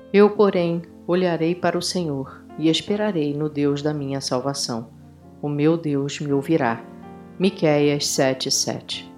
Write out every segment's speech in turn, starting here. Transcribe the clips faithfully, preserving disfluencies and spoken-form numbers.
Eu, porém, olharei para o Senhor e esperarei no Deus da minha salvação. O meu Deus me ouvirá. Miqueias sete, sete.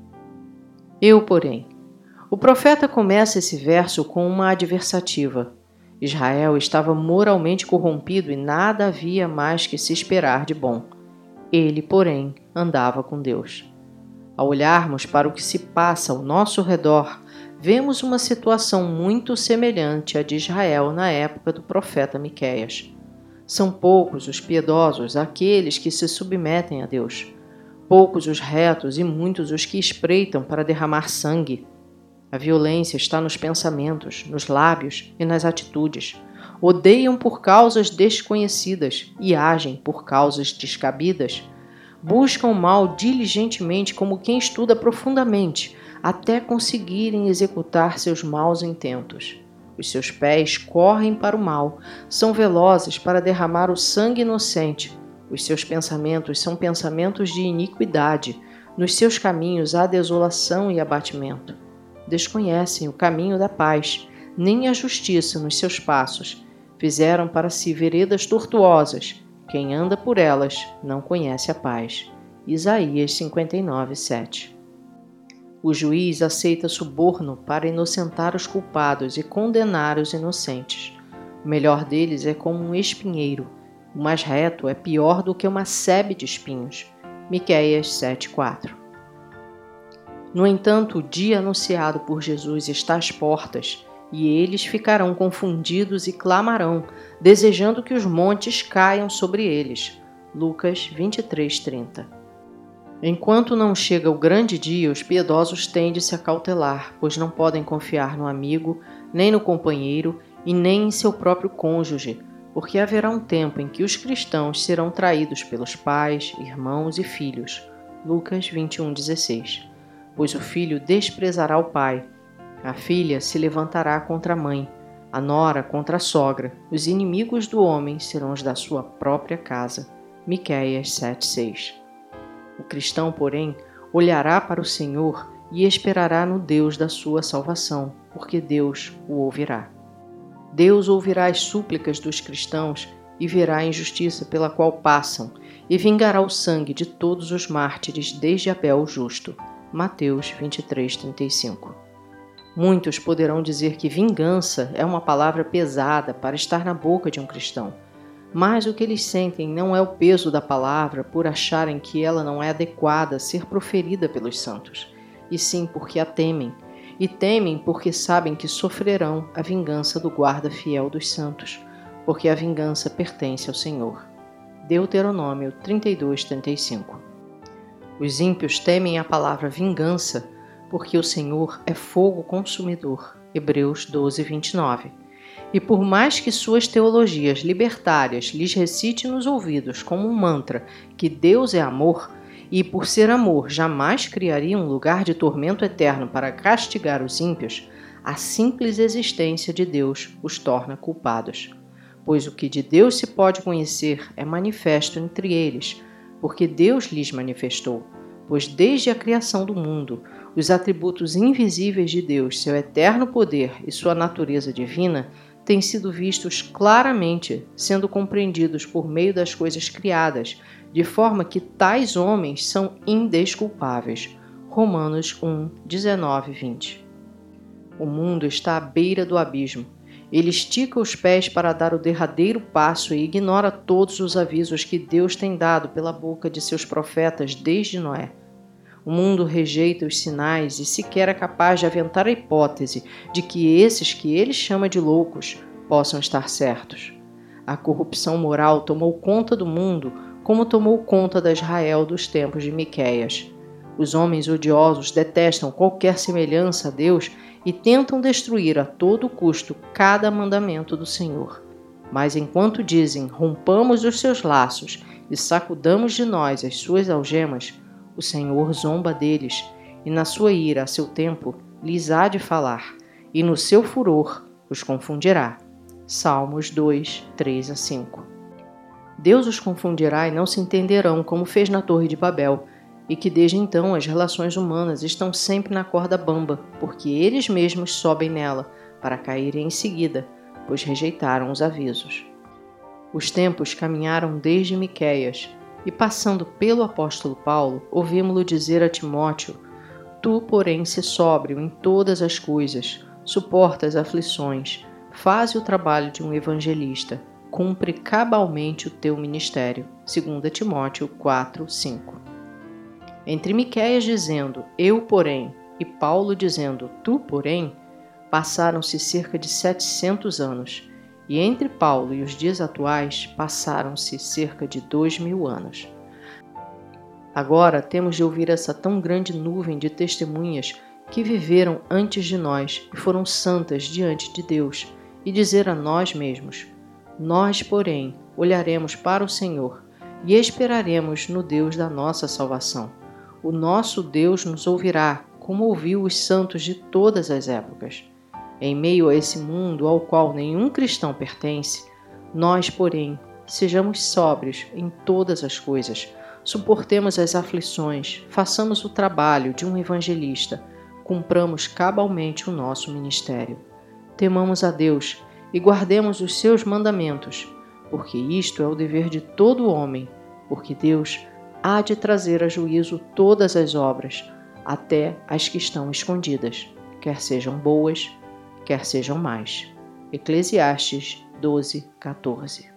Eu, porém. O profeta começa esse verso com uma adversativa. Israel estava moralmente corrompido e nada havia mais que se esperar de bom. Ele, porém, andava com Deus. Ao olharmos para o que se passa ao nosso redor, vemos uma situação muito semelhante à de Israel na época do profeta Miqueias. São poucos os piedosos, aqueles que se submetem a Deus. Poucos os retos e muitos os que espreitam para derramar sangue. A violência está nos pensamentos, nos lábios e nas atitudes. Odeiam por causas desconhecidas e agem por causas descabidas. Buscam o mal diligentemente como quem estuda profundamente, até conseguirem executar seus maus intentos. Os seus pés correm para o mal, são velozes para derramar o sangue inocente. Os seus pensamentos são pensamentos de iniquidade. Nos seus caminhos há desolação e abatimento. Desconhecem o caminho da paz, nem a justiça nos seus passos. Fizeram para si veredas tortuosas. Quem anda por elas não conhece a paz. Isaías cinquenta e nove, sete. O juiz aceita suborno para inocentar os culpados e condenar os inocentes. O melhor deles é como um espinheiro. O mais reto é pior do que uma sebe de espinhos. Miqueias sete, quatro. No entanto, o dia anunciado por Jesus está às portas, e eles ficarão confundidos e clamarão, desejando que os montes caiam sobre eles. Lucas vinte e três, trinta. Enquanto não chega o grande dia, os piedosos têm de se acautelar, pois não podem confiar no amigo, nem no companheiro e nem em seu próprio cônjuge, porque haverá um tempo em que os cristãos serão traídos pelos pais, irmãos e filhos. Lucas vinte e um, dezesseis. Pois o filho desprezará o pai, a filha se levantará contra a mãe, a nora contra a sogra, os inimigos do homem serão os da sua própria casa. Miqueias sete, seis. O cristão, porém, olhará para o Senhor e esperará no Deus da sua salvação, porque Deus o ouvirá. Deus ouvirá as súplicas dos cristãos e verá a injustiça pela qual passam, e vingará o sangue de todos os mártires desde Abel o justo. Mateus vinte e três, trinta e cinco. Muitos poderão dizer que vingança é uma palavra pesada para estar na boca de um cristão, mas o que eles sentem não é o peso da palavra por acharem que ela não é adequada a ser proferida pelos santos, e sim porque a temem, e temem porque sabem que sofrerão a vingança do guarda fiel dos santos, porque a vingança pertence ao Senhor. Deuteronômio trinta e dois, trinta e cinco. Os ímpios temem a palavra vingança, porque o Senhor é fogo consumidor. Hebreus doze, vinte e nove. E por mais que suas teologias libertárias lhes recite nos ouvidos como um mantra que Deus é amor, e por ser amor jamais criaria um lugar de tormento eterno para castigar os ímpios, a simples existência de Deus os torna culpados. Pois o que de Deus se pode conhecer é manifesto entre eles, porque Deus lhes manifestou, pois desde a criação do mundo, os atributos invisíveis de Deus, seu eterno poder e sua natureza divina, têm sido vistos claramente, sendo compreendidos por meio das coisas criadas, de forma que tais homens são indesculpáveis. Romanos um, dezenove, vinte. O mundo está à beira do abismo. Ele estica os pés para dar o derradeiro passo e ignora todos os avisos que Deus tem dado pela boca de seus profetas desde Noé. O mundo rejeita os sinais e sequer é capaz de aventar a hipótese de que esses que ele chama de loucos possam estar certos. A corrupção moral tomou conta do mundo como tomou conta da Israel dos tempos de Miqueias. Os homens odiosos detestam qualquer semelhança a Deus e tentam destruir a todo custo cada mandamento do Senhor. Mas enquanto dizem, rompamos os seus laços e sacudamos de nós as suas algemas, o Senhor zomba deles, e na sua ira a seu tempo lhes há de falar, e no seu furor os confundirá. Salmos dois, três a cinco. Deus os confundirá e não se entenderão, como fez na Torre de Babel, e que desde então as relações humanas estão sempre na corda bamba, porque eles mesmos sobem nela, para caírem em seguida, pois rejeitaram os avisos. Os tempos caminharam desde Miqueias, e passando pelo apóstolo Paulo, ouvimos-lo dizer a Timóteo: Tu, porém, se sóbrio em todas as coisas, suporta as aflições, faze o trabalho de um evangelista, cumpre cabalmente o teu ministério. Segunda Timóteo quatro, cinco. Entre Miqueias dizendo, eu, porém, e Paulo dizendo, tu, porém, passaram-se cerca de setecentos anos, e entre Paulo e os dias atuais passaram-se cerca de dois mil anos. Agora temos de ouvir essa tão grande nuvem de testemunhas que viveram antes de nós e foram santas diante de Deus, e dizer a nós mesmos, nós, porém, olharemos para o Senhor e esperaremos no Deus da nossa salvação. O nosso Deus nos ouvirá, como ouviu os santos de todas as épocas. Em meio a esse mundo ao qual nenhum cristão pertence, nós, porém, sejamos sóbrios em todas as coisas, suportemos as aflições, façamos o trabalho de um evangelista, cumpramos cabalmente o nosso ministério. Temamos a Deus e guardemos os seus mandamentos, porque isto é o dever de todo homem, porque Deus há de trazer a juízo todas as obras, até as que estão escondidas, quer sejam boas, quer sejam más. Eclesiastes doze, quatorze.